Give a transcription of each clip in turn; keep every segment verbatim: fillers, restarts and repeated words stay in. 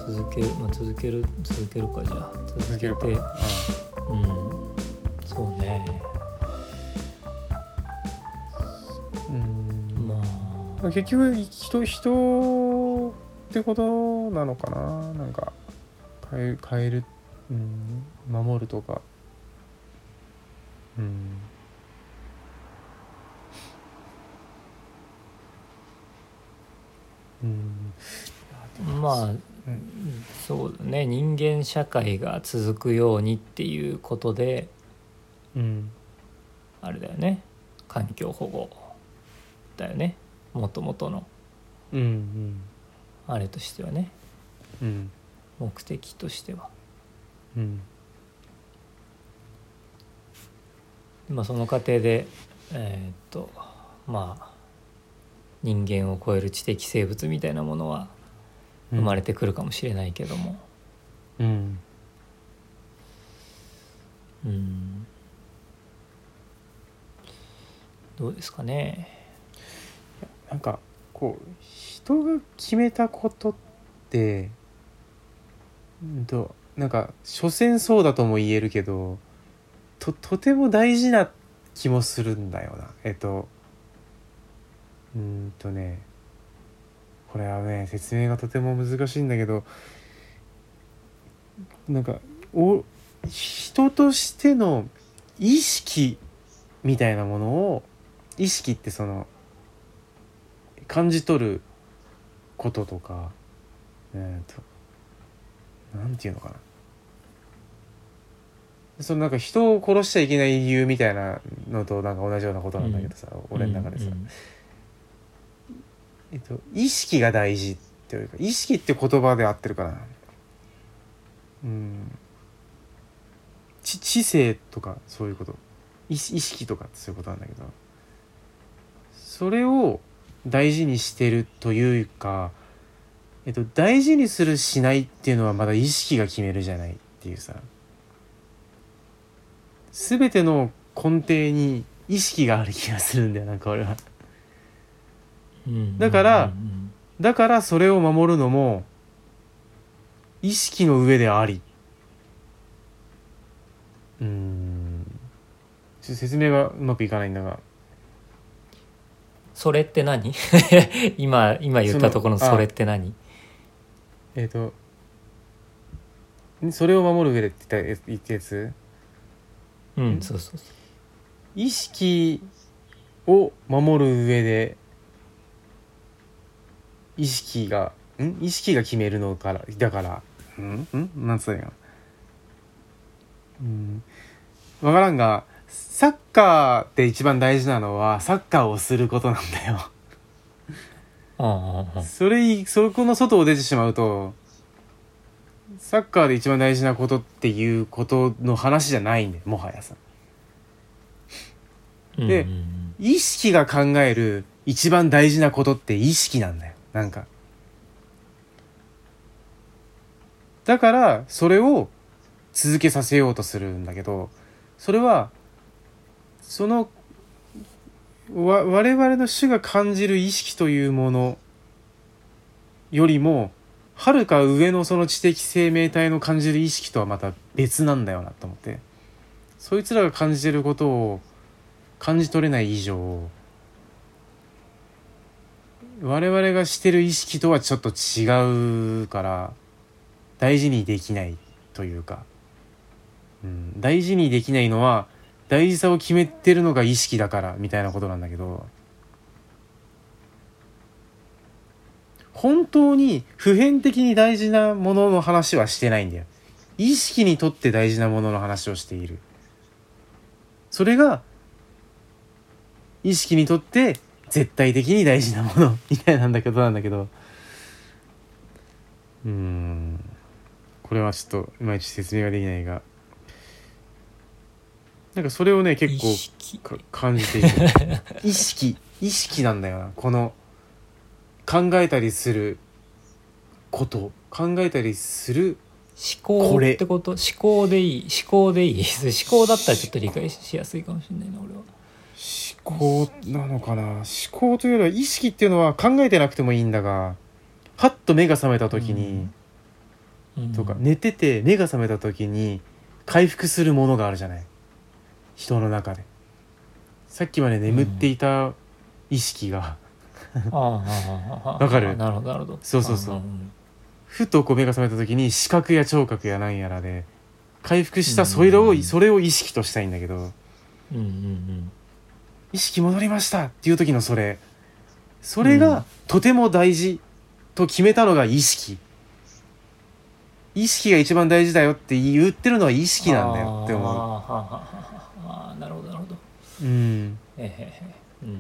続ける、まあ、続ける続けるかじゃあ続けて続けるか、 うん、そうね。 うんまあ結局人人ってことなのかな。なんか変え変える、うん、守るとか、うんうん、 まあ、 うん、 そうだね、人間社会が続くようにっていうことで、 うん、 あれだよね、環境保護だよね、もともとのうんうんあれとしてはね、 うん目的としては、 うんまあ、その過程でえー、っとまあ人間を超える知的生物みたいなものは生まれてくるかもしれないけども、 うん、 うん、どうですかね。 なんかこう人が決めたことって、うんとなんか所詮そうだとも言えるけど、ととても大事な気もするんだよな。えっとうーんとねこれはね説明がとても難しいんだけど、なんかお人としての意識みたいなものを、意識ってその感じ取ることとか、えー、となんていうのかな、そのなんか人を殺しちゃいけない理由みたいなのとなんか同じようなことなんだけどさ、うん、俺の中でさ、うんうんえっと、意識が大事っていうか、意識って言葉で合ってるかな、うん、知, 知性とかそういうこと、意識とかってそういうことなんだけど、それを大事にしてるというか、えっと、大事にするしないっていうのはまだ意識が決めるじゃないっていうさ、全ての根底に意識がある気がするんだよ、なんか俺は。だからだからそれを守るのも意識の上であり、うーんちょっと説明がうまくいかないんだが、 それって何今今言ったところのそれって何？ えっとそれを守る上でって言ったやつ、 うん、そうそうそう、 意識を守る上で意識がん意識が決めるのからだからんんなんつうのや、うん分からんが、サッカーで一番大事なのはサッカーをすることなんだよああ、 それそこの外を出てしまうと、サッカーで一番大事なことっていうことの話じゃないんだよ、もはやさ。で、うんうん、意識が考える一番大事なことって意識なんだよ、なんか。だからそれを続けさせようとするんだけど、それはそのわ我々の種が感じる意識というものよりもはるか上のその知的生命体の感じる意識とはまた別なんだよなと思って、そいつらが感じてることを感じ取れない以上、我々がしてる意識とはちょっと違うから大事にできないというか、うん、大事にできないのは大事さを決めてるのが意識だからみたいなことなんだけど、本当に普遍的に大事なものの話はしてないんだよ。意識にとって大事なものの話をしている。それが意識にとって絶対的に大事なものみたいなんだけどなんだけどうーんこれはちょっといまいち説明ができないが、なんかそれをね結構感じている意識意識なんだよな、この考えたりすること考えたりする思考ってこと、思考でいい思考でいい思考だったらちょっと理解しやすいかもしれないな、俺は。 思考なのかな、思考というよりは意識っていうのは考えてなくてもいいんだが、パッと目が覚めた時に、 とか、寝てて目が覚めた時に回復するものがあるじゃない、人の中で。さっきまで眠っていた意識が、 うん、わかる？ なるほどなるほど。 そうそうそう、 んんふとこう目が覚めた時に視覚や聴覚やなんやらで回復した、それを、それを意識としたいんだけど、 うんうんうん意識戻りましたっていう時のそれそれがとても大事と決めたのが意識。意識が一番大事だよって言ってるのは意識なんだよって思う。 あーはははははなるほどなるほど。 うんへへへ、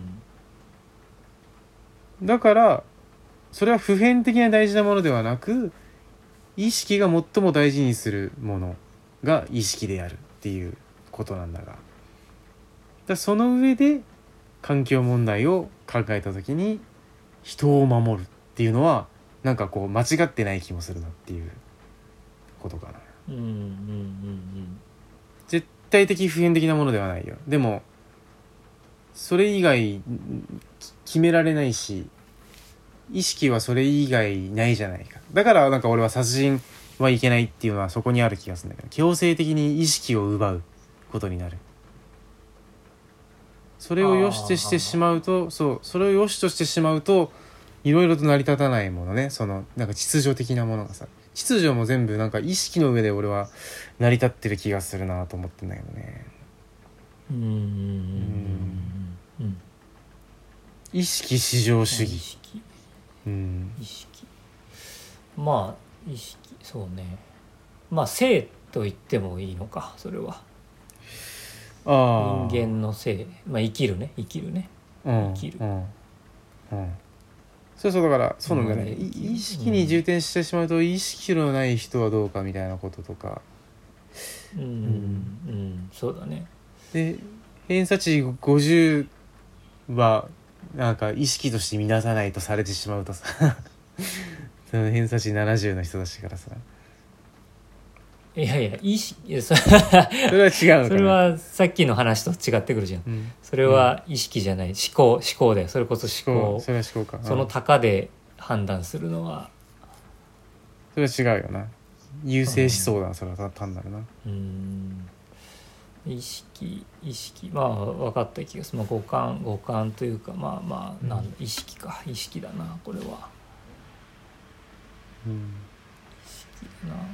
うん、 だからそれは普遍的な大事なものではなく、意識が最も大事にするものが意識であるっていうことなんだが、だその上で環境問題を考えた時に人を守るっていうのはなんかこう間違ってない気もするなっていうことかな。 うんうんうん絶対的普遍的なものではないよ。でもそれ以外決められないし、意識はそれ以外ないじゃないか。だからなんか俺は殺人はいけないっていうのはそこにある気がするんだけど、強制的に意識を奪うことになる。それを良しとしてしまうと、そうそれを良しとしてしまうといろいろと成り立たないものね、そのなんか秩序的なものがさ、秩序も全部なんか意識の上で俺は成り立ってる気がするなと思ってんだけどね。 うんうんうんうんうん意識至上主意義。 識うん意識まあ意識そうね、まあ生と言ってもいいのか、それはあ人間の生、まあ生きるね生きるね間生きる、 うんうんうん、そうそうだからそうなんだよね、 うんい意識に重点してしまうと意識のない人はどうかみたいなこととかうんうん、うん、そうだね。 で偏差値ごじゅうはなんか意識として見なさないとされてしまうとさその偏差値ななじゅうの人たちからさ、 いやいや意識いやそそれは違うのかな。 それはさっきの話と違ってくるじゃん。 うん、 それは意識じゃない、思考思考だよ。それこそ思考、 それは思考か。 そのうん高で判断するのはそれは違うよな。優勢思想だな、それは単なるな。 うん意識意識まあ分かった気がする、まあ、五感五感というかまあまあなん、 うん意識か意識だなこれはうん、 意識だな、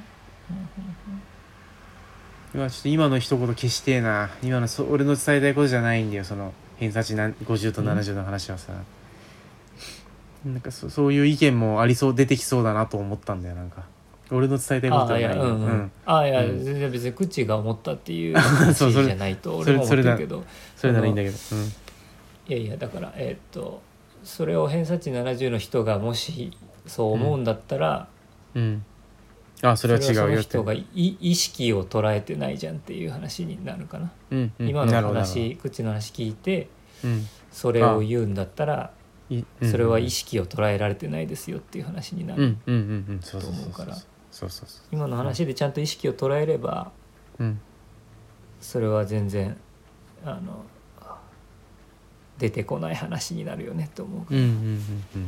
今ちょっと今の一言消してえな。今のそ俺の伝えたいことじゃないんだよ、その偏差値なんごじゅうとななじゅうの話はさ、なんか そ, そういう意見もありそう、出てきそうだなと思ったんだよ。なんか俺の伝えたいことああいじゃないよ。 やうんうん、 うんああいや、 うん全然別に口が思ったっていう話じゃないと俺も思ってるけど、 それならいいんだけど、うん、 いやいやだからえーっとそれを偏差値ななじゅうの人がもしそう思うんだったら、 うんあそれは違うよって。 それはその人がい意識を捉えてないじゃんっていう話になるかな、 うんうん、 今のなるほど話口の話聞いてうんそれを言うんだったらいうんそれは意識を捉えられてないですよっていう話になるうんうんうんうんそうそうそうと思うから、 そうそうそう今の話でちゃんと意識を捉えればうんそれは全然あの出てこない話になるよねと思うから、 うんうんうんうんうん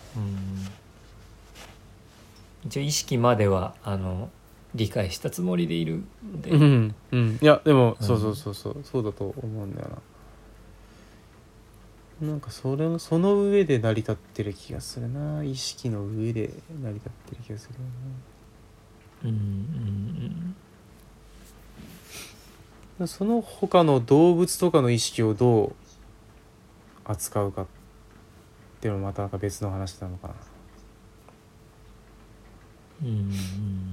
一応意識まではあの理解したつもりでいるんで、 うんうんいやでも、 うんそうそうそうそうそうだと思うんだよな。なんかそれのその上で成り立ってる気がするな。意識の上で成り立ってる気がするうんうんな。その他の動物とかの意識をどう扱うかっていうのもまたなんか別の話なのかな。 うんうんうんうん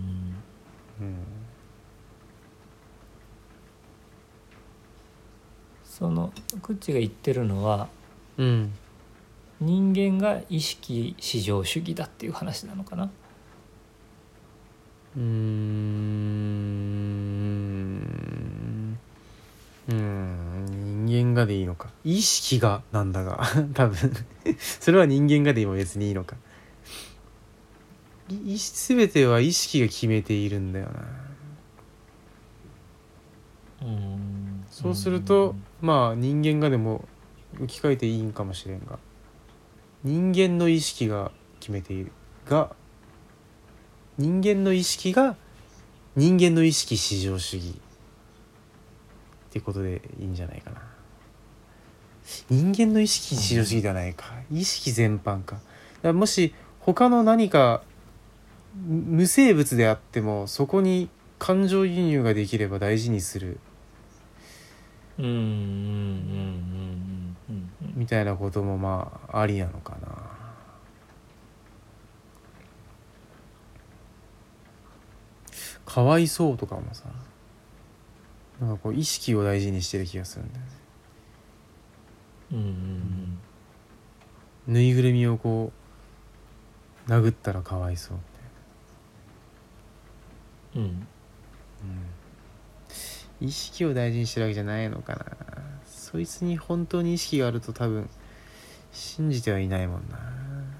そのクッチが言ってるのはうん人間が意識至上主義だっていう話なのかな。 うーんうん人間がでいいのか、意識がなんだが多分それは人間がでも別にいいのか。い全ては意識が決めているんだよな。 うんそうするとまあ人間がでも置き換えていいんかもしれんが、人間の意識が決めているが人間の意識が人間の意識至上主義ってことでいいんじゃないかな。人間の意識至上主義ではないか、意識全般か。だからもし他の何か無生物であってもそこに感情移入ができれば大事にするうんうんうんうんうんうんみたいなこともまあありなのかな。かわいそうとかもさ、なんかこう意識を大事にしてる気がするんだよね。 うんうんぬいぐるみをこう殴ったらかわいそうみたいな、 うんうんうん、意識を大事にしてるわけじゃないのかな。そいつに本当に意識があると多分信じてはいないもんな。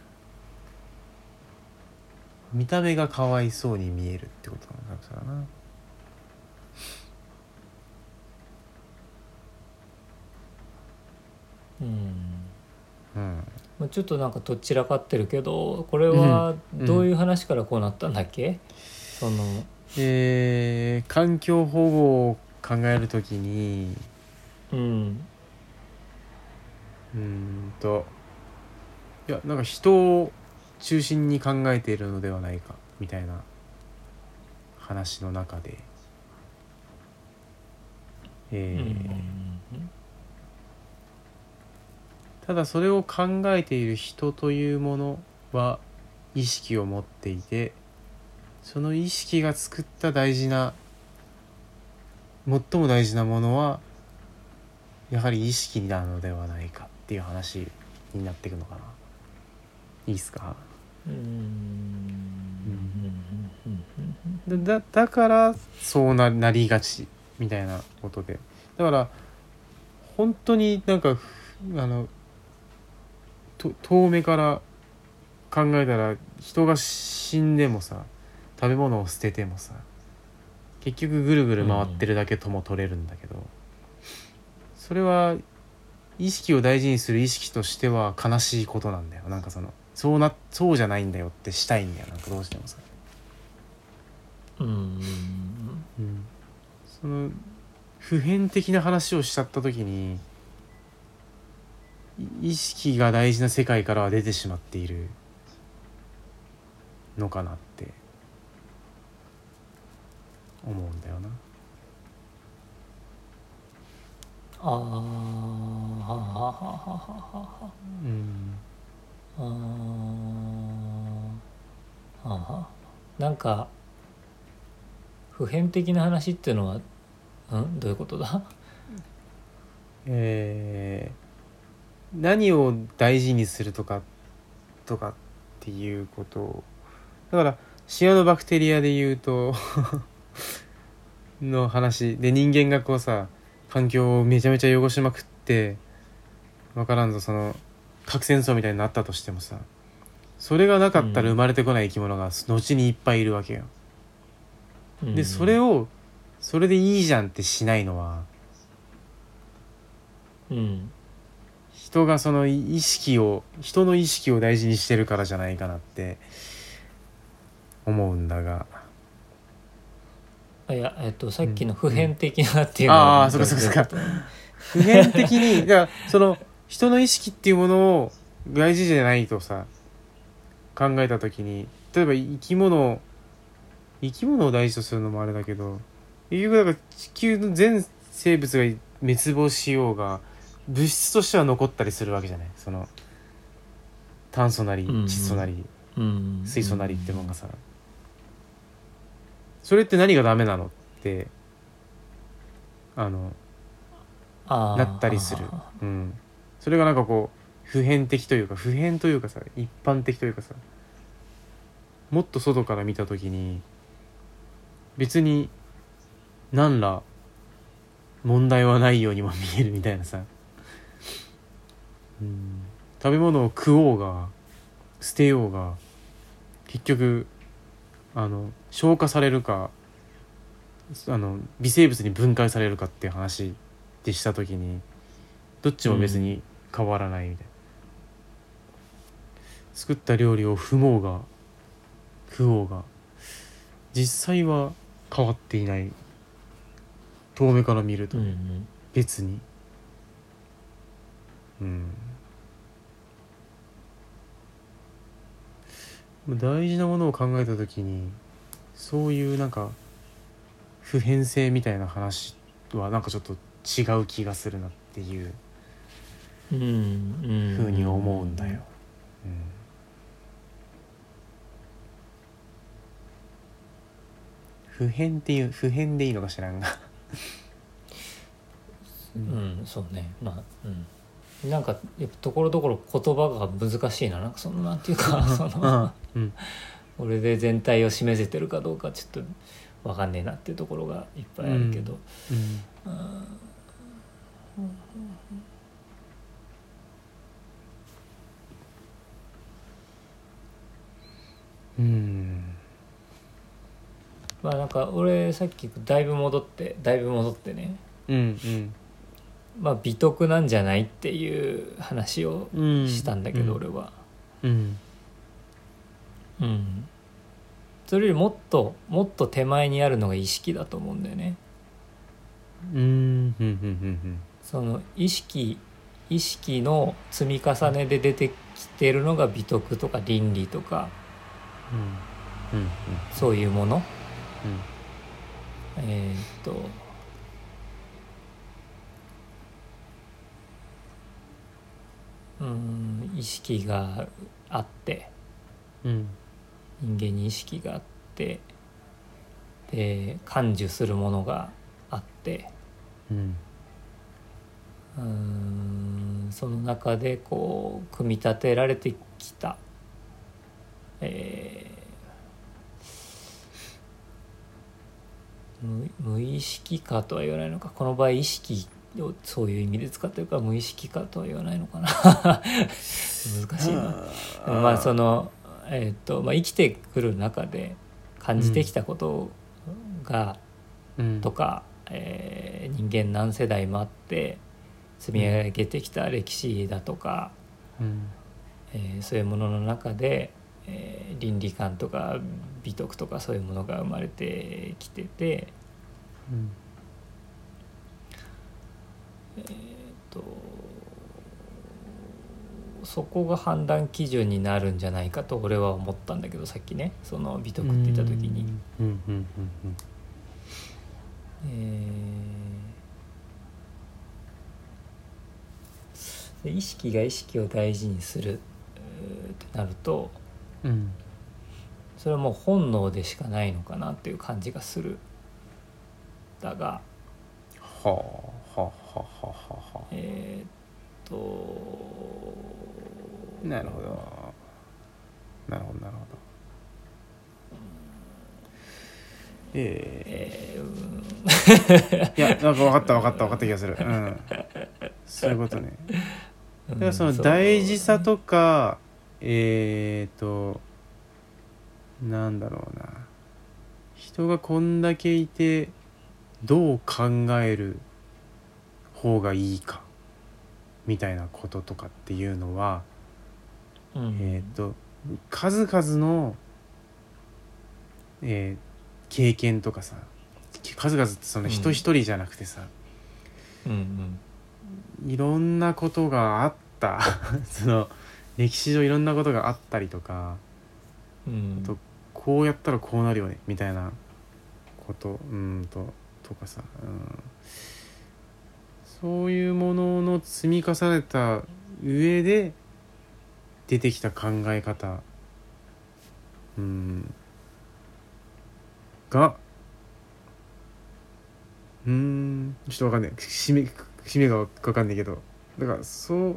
見た目がかわいそうに見えるってことなのかもしれないな。 うんうんまあちょっとなんかどちらかってるけど、これはどういう話からこうなったんだっけ、そのえー、環境保護を考えるときにうんうーんといやなんか人を中心に考えているのではないかみたいな話の中で、えーうんただそれを考えている人というものは意識を持っていて、その意識が作った大事な最も大事なものはやはり意識なのではないかっていう話になっていくのかな。いいっすか。 うんうんだ, だからそう な, なりがちみたいなことで、だから本当になんかあのと遠目から考えたら人が死んでもさ、食べ物を捨ててもさ、結局ぐるぐる回ってるだけとも取れるんだけど、それは意識を大事にする意識としては悲しいことなんだよ。なんかそのそうなそうじゃないんだよってしたいんだよ、なんかどうしてもさ。 うんうん、その普遍的な話をしちゃった時に意識が大事な世界からは出てしまっているのかなって思うんだよな。 ああはははははうんああははなんか普遍的な話っていうのはんどういうことだ。 えー、何を大事にするとかとかっていうことを、だからシアノバクテリアで言うとの話で、人間がこうさ環境をめちゃめちゃ汚しまくって分からんぞその核戦争みたいになったとしてもさ、それがなかったら生まれてこない生き物が後にいっぱいいるわけよ、 うん、 でそれをそれでいいじゃんってしないのは、 うん、 人がその意識を人の意識を大事にしてるからじゃないかなって思うんだが、 あいやえっとさっきの普遍的なっていううん、 のは、 ああそうかそうかそうか普遍的にだからその人の意識っていうものを大事じゃないとさ考えた時に、例えば生き物生き物を大事とするのもあれだけど、結局だから地球の全生物が滅亡しようが物質としては残ったりするわけじゃない。その炭素なり窒素なり、 うん、 水素なりってもんがさ、それって何がダメなのってあのあなったりする、うん、それがなんかこう普遍的というか普遍というかさ一般的というかさ、もっと外から見た時に別に何ら問題はないようにも見えるみたいなさ、うん、食べ物を食おうが捨てようが結局あの消化されるかあの微生物に分解されるかっていう話でした時にどっちも別に変わらないみたいな、作った料理を踏もうが食おうが実際は変わっていない。遠目から見るとうんうん別に、うん、大事なものを考えた時にそういうなんか普遍性みたいな話はなんかちょっと違う気がするなっていううんうんふうに思うんだよ、うん、普遍っていう普遍でいいのか知らんがうん、そうね、まあ、うん、なんかやっぱところどころ言葉が難しいな、なんかそのなんていうかそのうん、 俺で全体を示せてるかどうかちょっと分かんねえなっていうところがいっぱいあるけど、 うんうん、うん、 まあなんか俺さっきだいぶ戻ってだいぶ戻ってね、 うんうんまあ美徳なんじゃないっていう話をしたんだけど、俺は、 うんうん、それよりもっともっと手前にあるのが意識だと思うんだよね。 うんうんうんうんその意識意識の積み重ねで出てきてるのが美徳とか倫理とかうんうんそういうもの、 うんえーっとうん意識があってうん人間に意識があってで感受するものがあってうんうんその中でこう組み立てられてきた、えー、無, 無意識化とは言わないのか、この場合意識をそういう意味で使ってるから無意識化とは言わないのかな難しいな。でもまあその、えーとまあ、生きてくる中で感じてきたことが、 うん、 とか、えー、人間何世代もあって積み上げてきた歴史だとか、 うんえー、そういうものの中で、えー、倫理観とか美徳とかそういうものが生まれてきてて、 うんえー、とそこが判断基準になるんじゃないかと俺は思ったんだけど、さっきねその美徳って言った時に、 うんうんうんえー、で意識が意識を大事にするってなると、 うん、 それはもう本能でしかないのかなっていう感じがする。だがはあはあはあはあはあ、 えー、っとなるほどなるほどなるほど。ええー、うんー、いやなんか分かった分かった分かった気がする。うん、そういうことね。だからその大事さとか、えーとなんだろうな、人がこんだけいてどう考える方がいいかみたいなこととかっていうのは、 うん、 えーと数々の、えー経験とかさ、数々ってその人一人じゃなくてさ、 うんうん、 いろんなことがあったその歴史上いろんなことがあったりとか、 うん、 あとこうやったらこうなるよねみたいなことうんととかさ、うん、そういうものの積み重ねた上で出てきた考え方、うん、がうーんちょっとわかんない、締め締めがわかんないけど、だからそう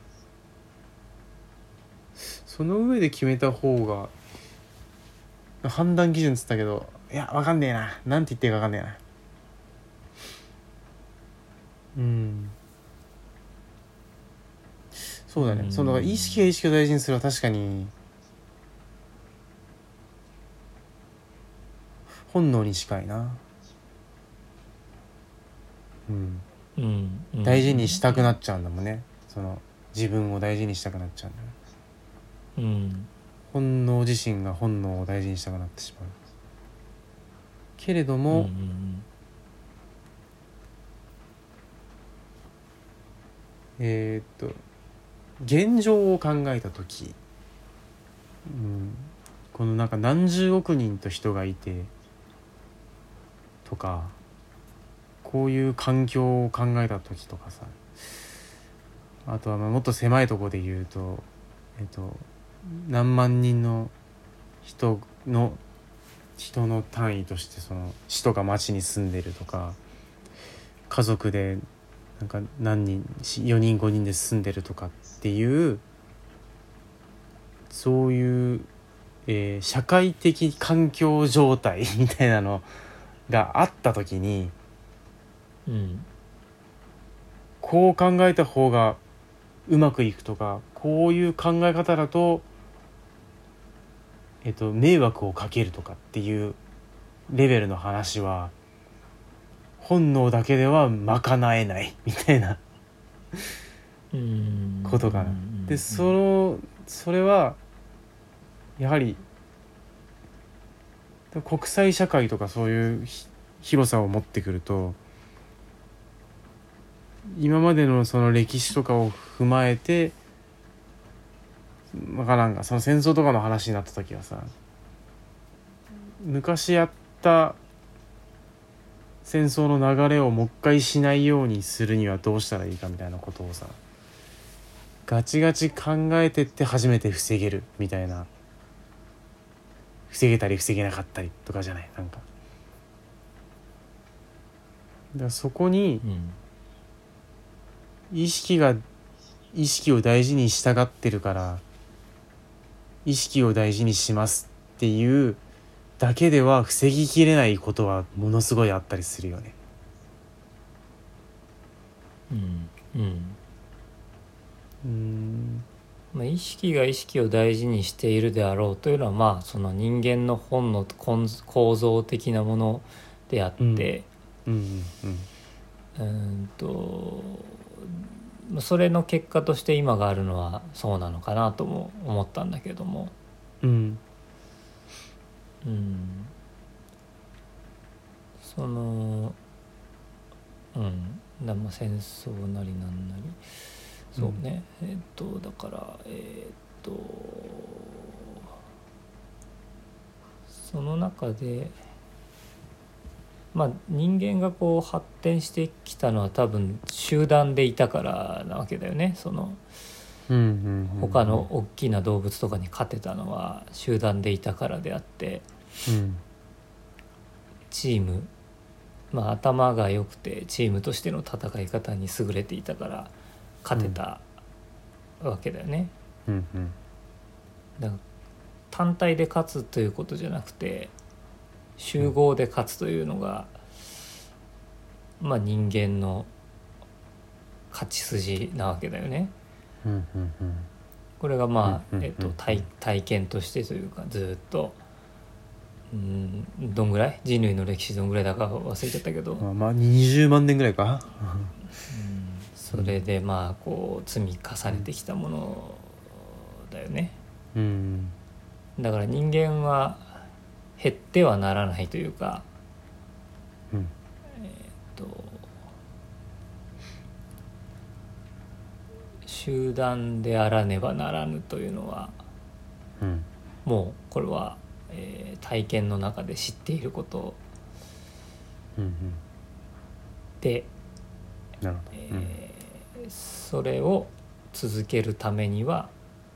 その上で決めた方が判断基準っつったけど、いやわかんねえな、なんて言っていいかわかんねえな。うんそうだね、 うん、 その意識が意識を大事にするは確かに本能に近いな。うんうんうん、 大事にしたくなっちゃうんだもんね、その自分を大事にしたくなっちゃうんだよ。 うん、 本能自身が本能を大事にしたくなってしまう。 けれども、 うんうんえーっと現状を考えた時、うん、このなんか何十億人と人がいてとか、こういう環境を考えた時とかさ、あとはまあもっと狭いところで言うと、えっと何万人の人の人の単位として、その市とか町に住んでるとか、家族でなんか何人よにんごにんで住んでるとかっていう、そういう、えー社会的環境状態みたいなのがあった時に、 うんこう考えた方がうまくいくとか、こういう考え方だと、えっと、迷惑をかけるとかっていうレベルの話は本能だけでは賄えないみたいなうんことかな。でそのそれはやはり国際社会とかそういう広さを持ってくると、今までのその歴史とかを踏まえて、わからんが、その戦争とかの話になった時はさ、昔やった戦争の流れをもう一回しないようにするにはどうしたらいいかみたいなことをさ、ガチガチ考えてって初めて防げるみたいな、防げたり防げなかったりとかじゃない、なんかだからそこにうん意識が意識を大事に従ってるから意識を大事にしますっていうだけでは防ぎきれないことはものすごいあったりするよね。 うんうんうーんまあ、意識が意識を大事にしているであろうというのは、まあその人間の本の構構造的なものであって、 うんうんうーんとまあそれの結果として今があるのはそうなのかなとも思ったんだけども、 うんうんそのうんだまあ戦争なりなんなりそうね、えっとだからえっとその中でまあ人間がこう発展してきたのは多分集団でいたからなわけだよね。そのうんうん他の大きな動物とかに勝てたのは集団でいたからであって、 うんチームまあ頭が良くてチームとしての戦い方に優れていたから勝てたわけだよね。 うんうんだから単体で勝つということじゃなくて集合で勝つというのが、まあ人間の勝ち筋なわけだよね。 うんうんこれがまあ、 うんえっと、 うん体体験としてというかずっと、うん、どんぐらい人類の歴史どんぐらいだか忘れちゃったけど、 まあまあにじゅうまん年ぐらいか。 うんそれでまあこう積み重ねてきたものだよね。 うんだから人間は減ってはならないというか、 うんえっと集団であらねばならぬというのはうんもうこれは、えー体験の中で知っていることうんで、 なるほど。 えーそれを続けるためには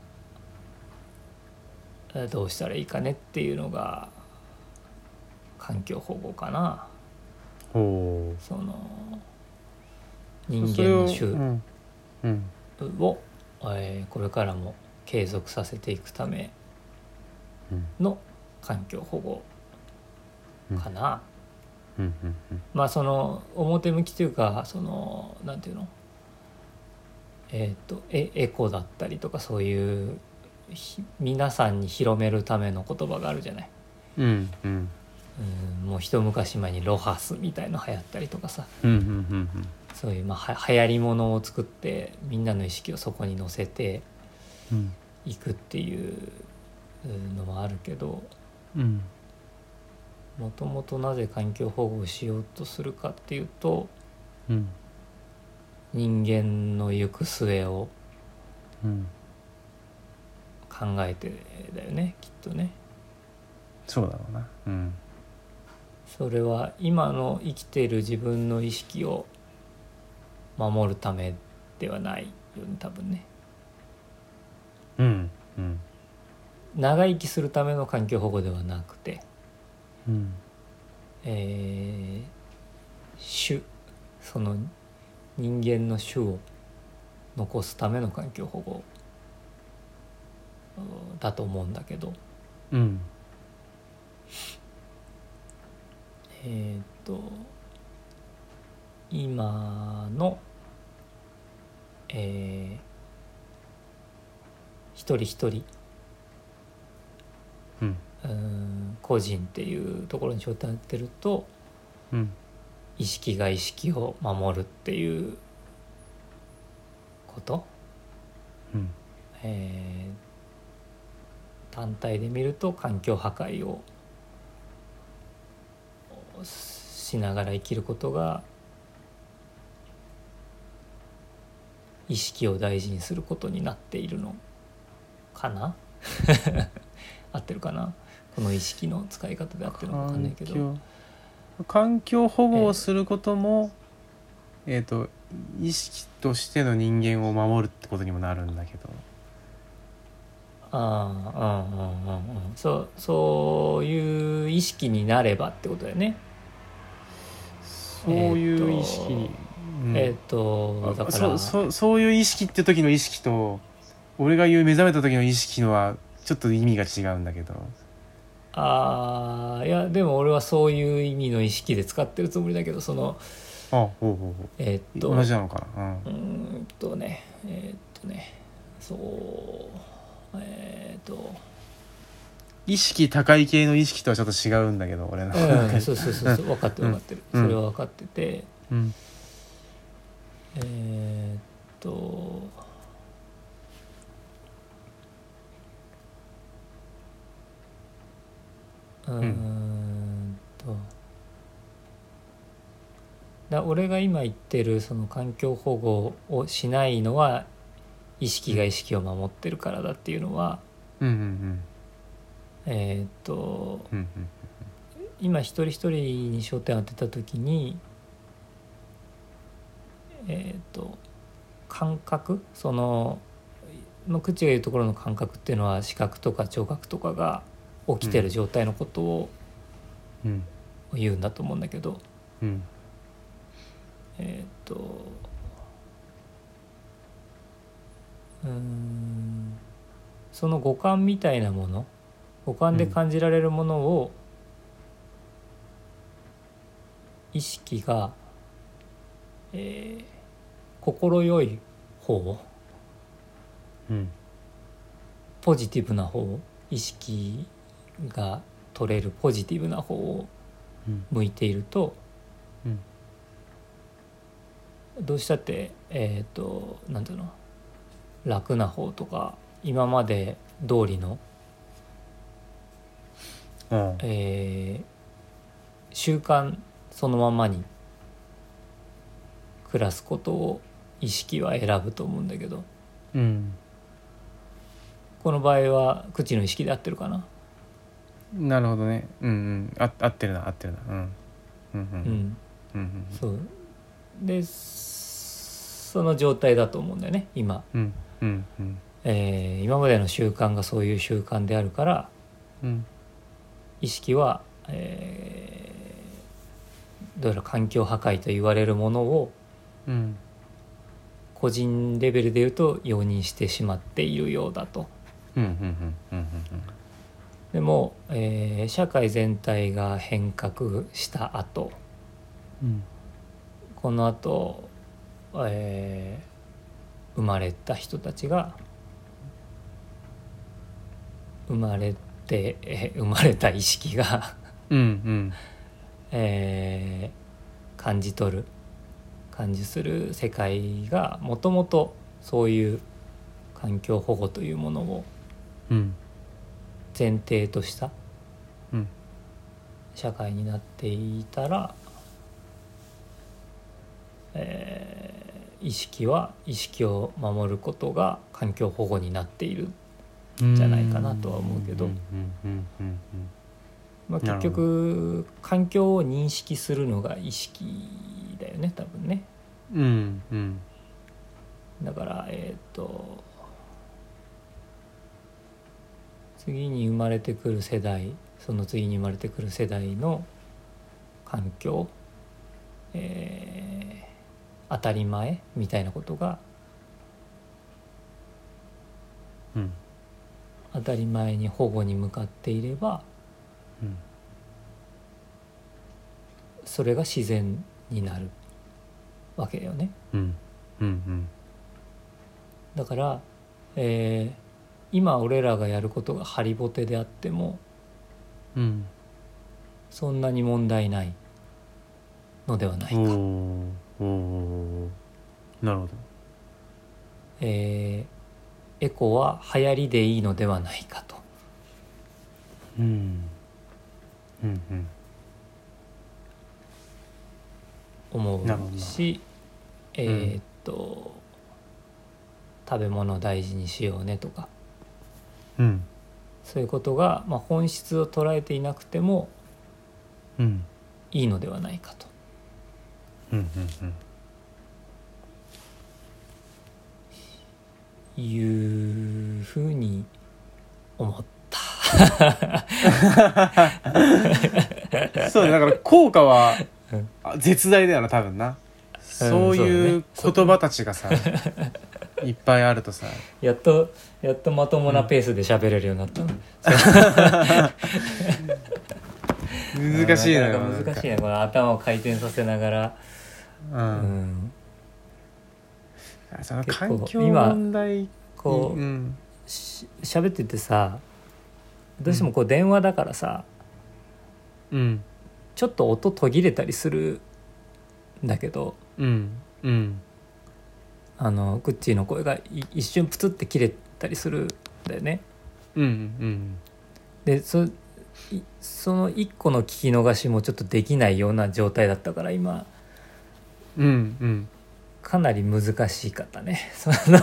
えーどうしたらいいかねっていうのが環境保護かな。 ほそのう。 人それを間の種うんうんを、えーこれからも継続させていくためうんの環境保護かな。 うんうんうんまあその表向きというかそのなんていうのえっとエエコだったりとかそういうひ皆さんに広めるための言葉があるじゃない。 うんうんうんもう一昔前にロハスみたいの流行ったりとかさ、 うんうんうんそういうまあは流行りものを作ってみんなの意識をそこに乗せてうんいくっていうのもあるけど、 うんもともとなぜ環境保護をしようとするかっていうと、 うん、 人間の行く末をうん考えてだよね、きっとね。 そうだろうな。うん、 それは今の生きている自分の意識を守るためではないよね、多分ね。 うんうん長生きするための環境保護ではなくて、 うんえー、種その人間の種を残すための環境保護だと思うんだけど、 うんえーっと今の、えー、一人一人うんうーん個人っていうところに焦点当てると、 うん意識が意識を守るっていうこと、 うんえー単体で見ると環境破壊をしながら生きることが意識を大事にすることになっているのかな合ってるかな、この意識の使い方で合ってるのか分かんないけど。 環境環境保護をすることも、えー、と意識としての人間を守るってことにもなるんだけど、 ああ、うんうんうんうん、そうそういう意識になればってことだよね。 そういう意識に、 えっとだからそそそういう意識って時の意識と俺が言う目覚めた時の意識のはちょっと意味が違うんだけど。 ああ、いやでも俺はそういう意味の意識で使ってるつもりだけど、そのあほうほうほうえーっと同じなのかな。 うーんとねえーっとねそうえーっと意識高い系の意識とはちょっと違うんだけど俺の、 うん、そうそうそうそう、分かってる分かってる、 うんそれは分かってて、 うんえーっとうーんとだ俺が今言ってるその環境保護をしないのは意識が意識を守ってるからだっていうのは、 うんうんえーっとうんうん今一人一人に焦点を当てた時に、えーっと感覚、そのの口が言うところの感覚っていうのは視覚とか聴覚とかが起きてる状態のことをうん言うんだと思うんだけど、 うんえーっとうーんその五感みたいなもの、五感で感じられるものを意識が、えー、心よい方、 うんポジティブな方、意識が取れるポジティブな方をうん向いていると、 うんどうしたってえっとなんていうの、楽な方とか今まで通りの、 うんえー習慣そのままに暮らすことを意識は選ぶと思うんだけど、 うんこの場合は口の意識で合ってるかな。 なるほどね。うんうんあ合ってるな合ってるな。うんうんううんん、 うんそうでその状態だと思うんだよね今、 うんうんうんえー今までの習慣がそういう習慣であるから、 うん意識は、えーどうやら環境破壊と言われるものをうん個人レベルで言うと容認してしまっているようだと。 うんうんうんうんでも、えー社会全体が変革した後、 うんこの後、えー生まれた人たちが生まれて、えー生まれた意識が、 うんうんえー感じ取る感じする世界がもともとそういう環境保護というものをうん前提とした、 うん社会になっていたら、えー、意識は意識を守ることが環境保護になっているんじゃないかなとは思うけど、まあ、結局環境を認識するのが意識だよね多分ね。 うんうん、 だからえっと次に生まれてくる世代、その次に生まれてくる世代の環境、えー、当たり前みたいなことが、 うん、 当たり前に保護に向かっていれば、 うん、 それが自然になるわけよね。 うんうんうん、 だから、えー、今俺らがやることがハリボテであっても、 うん、 そんなに問題ないのではないか。おおなるほど。 えー、エコは流行りでいいのではないかと。 うん、うんうん、 思うし、えー、っと、うん、食べ物を大事にしようねとか、 うん、 そういうことが、まあ、本質を捉えていなくてもいいのではないかと、 うんうんうん、いうふうに思った。 そうね、だから効果は絶大だよな多分な、うん、そういう言葉たちがさ、うんね、いっぱいあるとさ、 やっとやっとまともなペースで喋れるようになったの、うん、 難しいのよ。 難しいね、この頭を回転させながら、うん、うん、 その環境問題こう、うん、し喋っててさ、どうしてもこう電話だからさ、 うん、 ちょっと音途切れたりするんだけど、 うんうん、 あのクッチーの声が一瞬プツって切れたりするんだよね。 うんうん、 で そ, その一個の聞き逃しもちょっとできないような状態だったから今、 うんうん、 かなり難しかったね。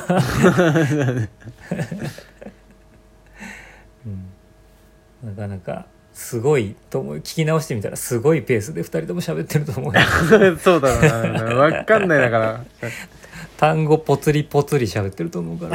うん、なかなかすごいと思う。聞き直してみたらすごいペースでふたりとも喋ってると思う。 そうだな、分かんないだから単語ポツリポツリ喋ってると思うから。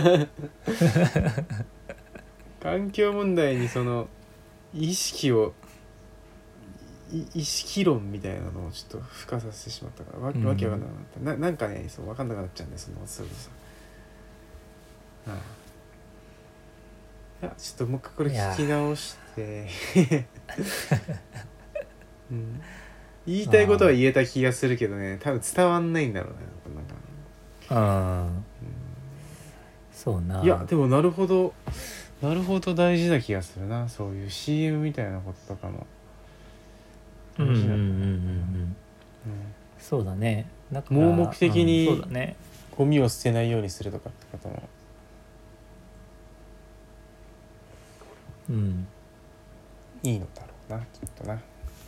環境問題にその意識を意識論みたいなのをちょっと付加させてしまったから わ,、うん、わけわかんなかった。な, なんかね、そう分かんなくなっちゃうんです、そのすぐさ。ああ、いやちょっともう一回これ聞き直して、うん、言いたいことは言えた気がするけどね、多分伝わんないんだろうね、なんか。 あ、うん、そうな。 いやでもなるほどなるほど大事な気がするな、そういう シーエム みたいなこととかも大事なんだな。うんうんうんうん、 そうだね。 だから盲目的に、 うん、そうだね、 ゴミを捨てないようにするとかってことも、 うん、 いいのだろうな、きっとな。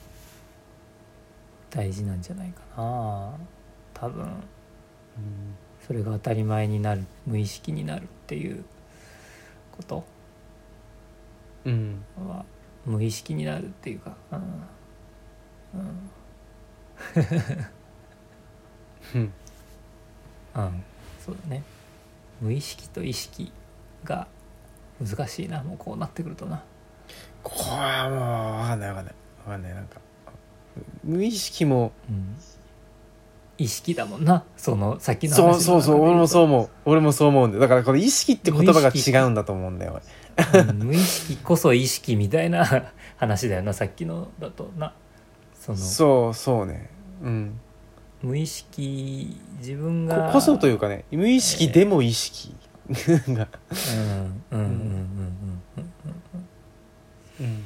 大事なんじゃないかな多分、うん、それが当たり前になる、無意識になるっていうことは、うん、無意識になるっていうか、うんうんうん、そうだね。無意識と意識が難しいな、もうこうなってくるとな。 これはもう分かんない分かんない分かんない。なんか無意識も、 うん、意識だもんな、そのさっきの話の。そうそうそう、俺もそう思う俺もそう思うんだよ。だからこの意識って言葉が違うんだと思うんだよ、 うん、無意識こそ意識みたいな話だよな、さっきのだとな。そのそうそうね、うん、 無意識、自分がこ, こそというかね、無意識でも意識が、 うんうんうんうんうんうん、うん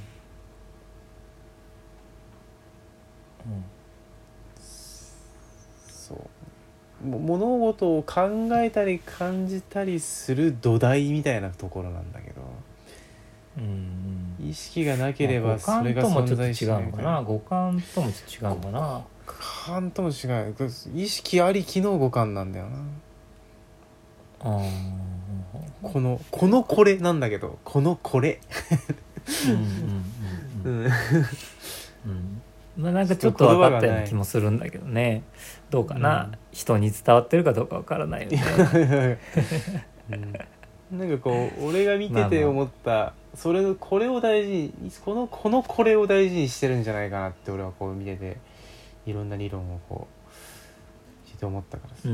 そう物事を考えたり感じたりする土台みたいなところなんだけど、 うんうん、 意識がなければまあそれが五感とも存在しちょっないと違うのかな。五感ともちょっと違うのかな。 五感とも違う。意識ありきの五感なんだよな。 あこのこのこれなんだけど、このこれうんうんうんうん、うん、まあなんかちょっと分かったような気もするんだけどね。どうかな、うん、人に伝わってるかどうか分からないよね、 うん、なんかこう俺が見てて思った、まあまあ、それこれを大事にこのこのこれを大事にしてるんじゃないかなって俺はこう見てていろんな理論をこう聞いて思ったからさ、うん、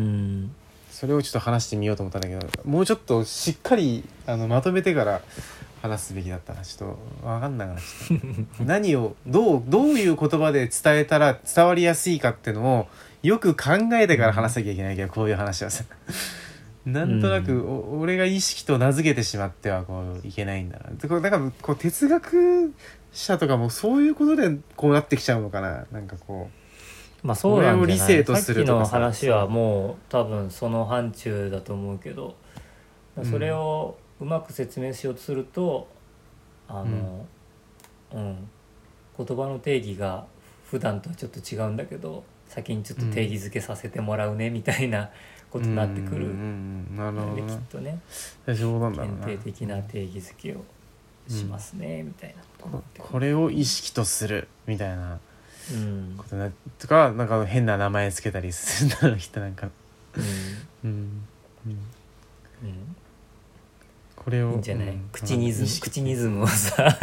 それをちょっと話してみようと思ったんだけど、もうちょっとしっかりあのまとめてから話すべきだったな。ちょっと分かんなくなっちゃった何をどうどういう言葉で伝えたら伝わりやすいかっていうのをよく考えてから話さなきゃいけないけど、こういう話はさなんとなく、うん、俺が意識と名付けてしまってはこういけないんだな。だからこう哲学者とかもそういうことでこうなってきちゃうのかな。なんかこう、まあそうなんじゃない。 理性とするとかさ、 さっきの話はもう多分その範疇だと思うけど、それをうまく説明しようとすると、うん、あの、うん、言葉の定義が普段とはちょっと違うんだけど、先にちょっと定義づけさせてもらうねみたいなことになってくる、うん、 なるほど、ね、 きっとね、 そうなんだろうな、 限定的な定義づけをしますね、うん、みたいなことになってくる。 これを意識とするみたいなことな、うん、とかなんか変な名前つけたりするんだろう人なんか、うんうんうんうん、これをいいんじゃない、うん、口ニズム口ニズムをさ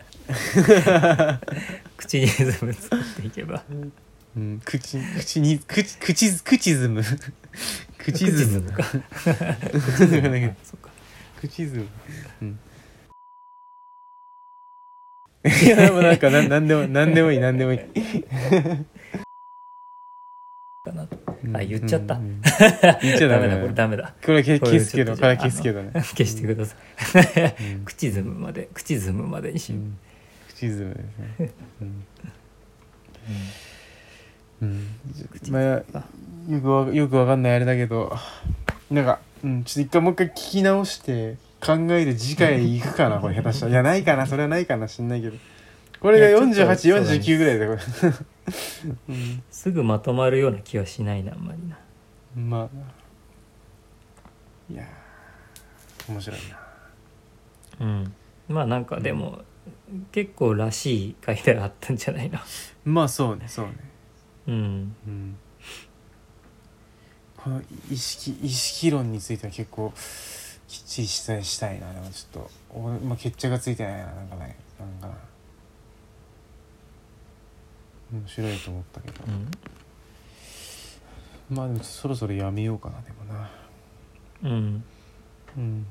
口ニズム作っていけば、 うん、口口に口口口ズム口ズムか口ズムだけど口ズム、うん、いやでもなんかななんでもなんでもいいなんでもいいかなあ言っちゃった、うんうん、 言っちゃダメだこれダメだこれ消すけどこれ消すけどね消してください、うん、口ズムまで口ズムまでにしよう、うん、 口ズムですね、うんうん、まあよくわよくわかんないあれだけどなんか、うん、ちょっと一回もう一回聞き直して考える次回行くかなこれ下手したらいやないかなそれはないかな知んないけどこれがよんじゅうはち、よんじゅうきゅうぐらいでこれ、 うん、すぐまとまるような気はしないなあんまりな。 まあいや面白いな。うんまあなんかでも、うん、結構らしい回であったんじゃないの。 まあそうねそうねうん、 うん、この意識意識論については結構きっちりしたいしたいな。でもちょっと俺、まあ、決着がついてないななんかねなんかな面白いと思ったけど、うん、まあでもそろそろやめようかなでもな。 うんうん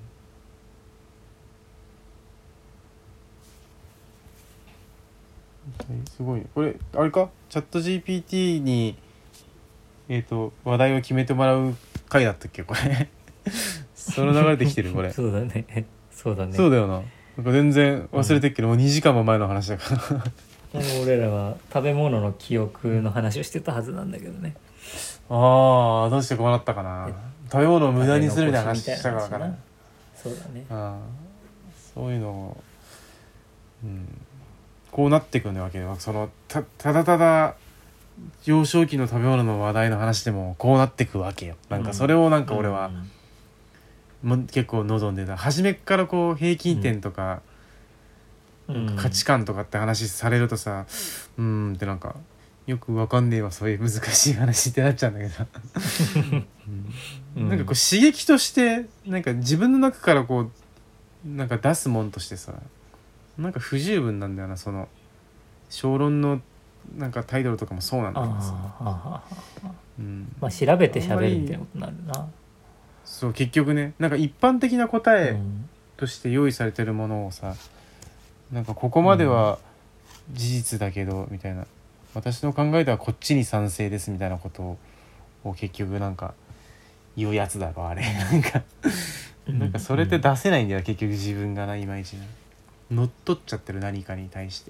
すごいこれあれかチャット ジーピーティー にえっと話題を決めてもらう回だったっけこれその流れできてるこれそうだねそうだねそうだよな。なんか全然忘れてっけど、うん、もうにじかんも前の話だからもう俺らは食べ物の記憶の話をしてたはずなんだけどね。 ああどうしてこうなったかな。食べ物を無駄にするみたいな話したからかな。 そうだね。 あそういうのを、うん、こうなってくるわけよ。その た, ただただ幼少期の食べ物の話題の話でもこうなってくわけよ。なんかそれをなんか俺は、うん、も結構望んでた。初めっからこう平均点とか、うん、なんか価値観とかって話されるとさ、うーんってなんかよくわかんねえわそういう難しい話ってなっちゃうんだけど、うん、なんかこう刺激としてなんか自分の中からこうなんか出すもんとしてさなんか不十分なんだよな。その小論のなんかタイトルとかもそうなんだけどさ、 うん、まあ調べて喋るみたいなことになるな。 そう結局ねなんか一般的な答えとして用意されてるものをさなんかここまでは事実だけどみたいな、私の考えではこっちに賛成ですみたいなことを結局なんか言うやつだろあれなんかなんかそれって出せないんだよ結局自分がないまいちな乗っ取っちゃってる何かに対して、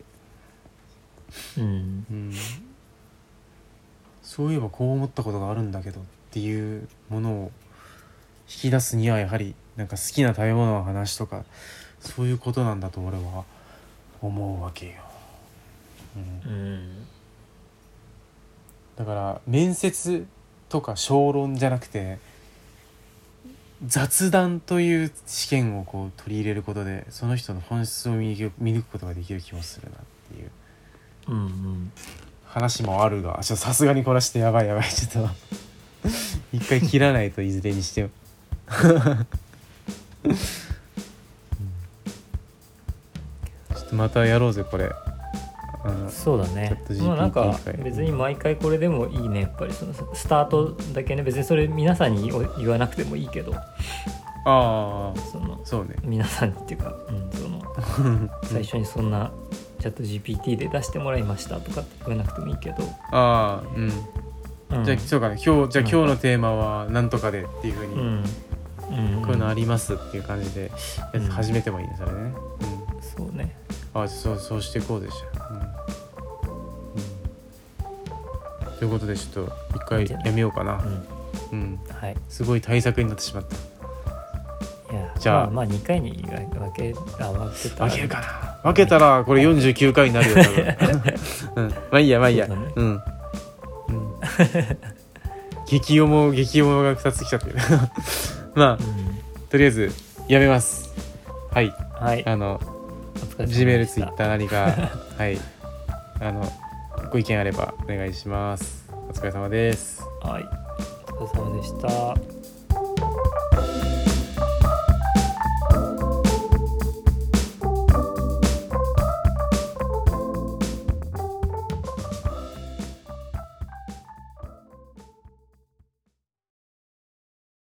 うんうん、そういえばこう思ったことがあるんだけどっていうものを引き出すにはやはりなんか好きな食べ物の話とかそういうことなんだと俺は思うわけよ、うんうん、 だから面接とか小論じゃなくて雑談という試験をこう取り入れることでその人の本質を見抜くことができる気もするなっていううんうん話もあるが、ちょっとさすがにこなしてやばいやばいちょっと一回切らないといずれにしてもちょっとまたやろうぜこれ。あのそうだね。 チャットまあなんかジーピーティー 会別に毎回これでもいいね。やっぱりそのスタートだけね、別にそれ皆さんに言わなくてもいいけど、 ああそのそうね皆さんにっていうか、うん、その最初にそんなチャット ジーピーティー で出してもらいましたとかって言わなくてもいいけど、 ああうん、うん、じゃあそうかね、今日じゃあ今日のテーマはなんとかでっていう風に、うんうん、こういうのありますっていう感じでやつ始めてもいいね、それね、うん、 そうね。 あそうそうしていこうでしょ、うんうん、ということでちょっと一回やめようかな、うん、うん、はい、すごい対策になってしまった。 いやじゃあ、 まあ、まあにかいに分けあ分けたら分けるかな、分けたらこれよんじゅうきゅうかいになるよ多分、うん、まあいいやまあいいや、う、ね、うん、うん、激おも激おもがふたつ来ちゃってるまあ、うん、とりあえずやめます。はい、はい、あのGメール、ツイッター何かはいあのご意見あればお願いします。お疲れ様です。 はい、お疲れ様でした。